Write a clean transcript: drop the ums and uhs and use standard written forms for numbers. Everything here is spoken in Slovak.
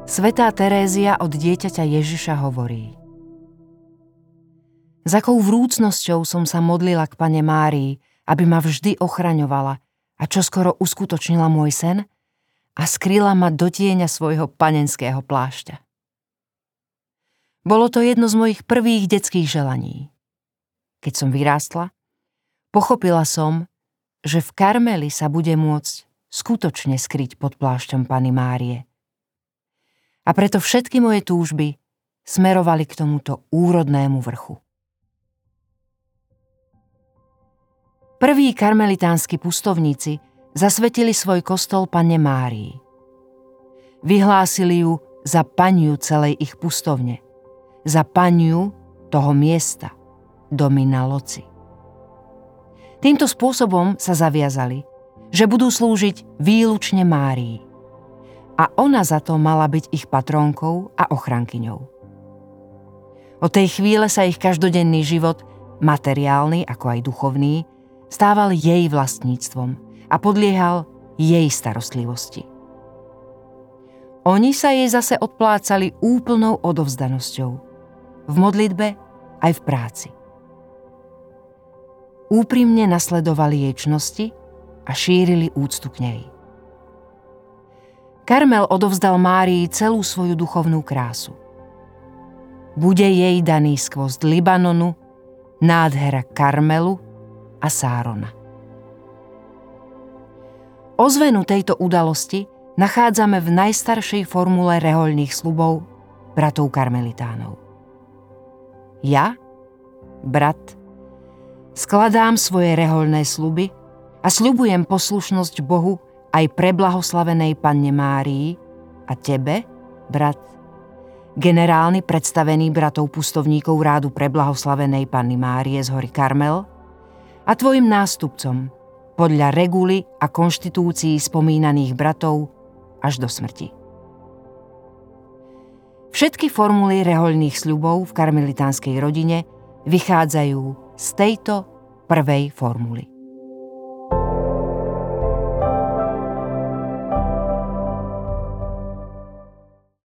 Svätá Terézia od dieťaťa Ježiša hovorí: S akou vrúcnosťou som sa modlila k Panne Márii, aby ma vždy ochraňovala a čoskoro uskutočnila môj sen a skryla ma do tieňa svojho panenského plášťa. Bolo to jedno z mojich prvých detských želaní. Keď som vyrástla, pochopila som, že v Karmeli sa bude môcť skutočne skryť pod plášťom Panny Márie. A preto všetky moje túžby smerovali k tomuto úrodnému vrchu. Prví karmelitánsky pustovníci zasvetili svoj kostol Panne Márii. Vyhlásili ju za panju celej ich pustovne, za panju toho miesta, Domina Loci. Týmto spôsobom sa zaviazali, že budú slúžiť výlučne Márii. A ona za to mala byť ich patrónkou a ochrankyňou. Od tej chvíle sa ich každodenný život, materiálny ako aj duchovný, stával jej vlastníctvom a podliehal jej starostlivosti. Oni sa jej zase odplácali úplnou odovzdanosťou, v modlitbe aj v práci. Úprimne nasledovali jej čnosti a šírili úctu k nej. Karmel odovzdal Márii celú svoju duchovnú krásu. Bude jej daný skvost Libanonu, nádhera Karmelu a Sárona. Ozvenu tejto udalosti nachádzame v najstaršej formule rehoľných sľubov bratov karmelitánov. Ja, brat, skladám svoje rehoľné sľuby a sľubujem poslušnosť Bohu aj preblahoslavenej Panne Márii a tebe, brat, generálny predstavený bratov pustovníkov rádu preblahoslavenej Panny Márie z hory Karmel a tvojim nástupcom podľa reguly a konštitúcií spomínaných bratov až do smrti. Všetky formuly rehoľných sľubov v karmelitánskej rodine vychádzajú z tejto prvej formuly.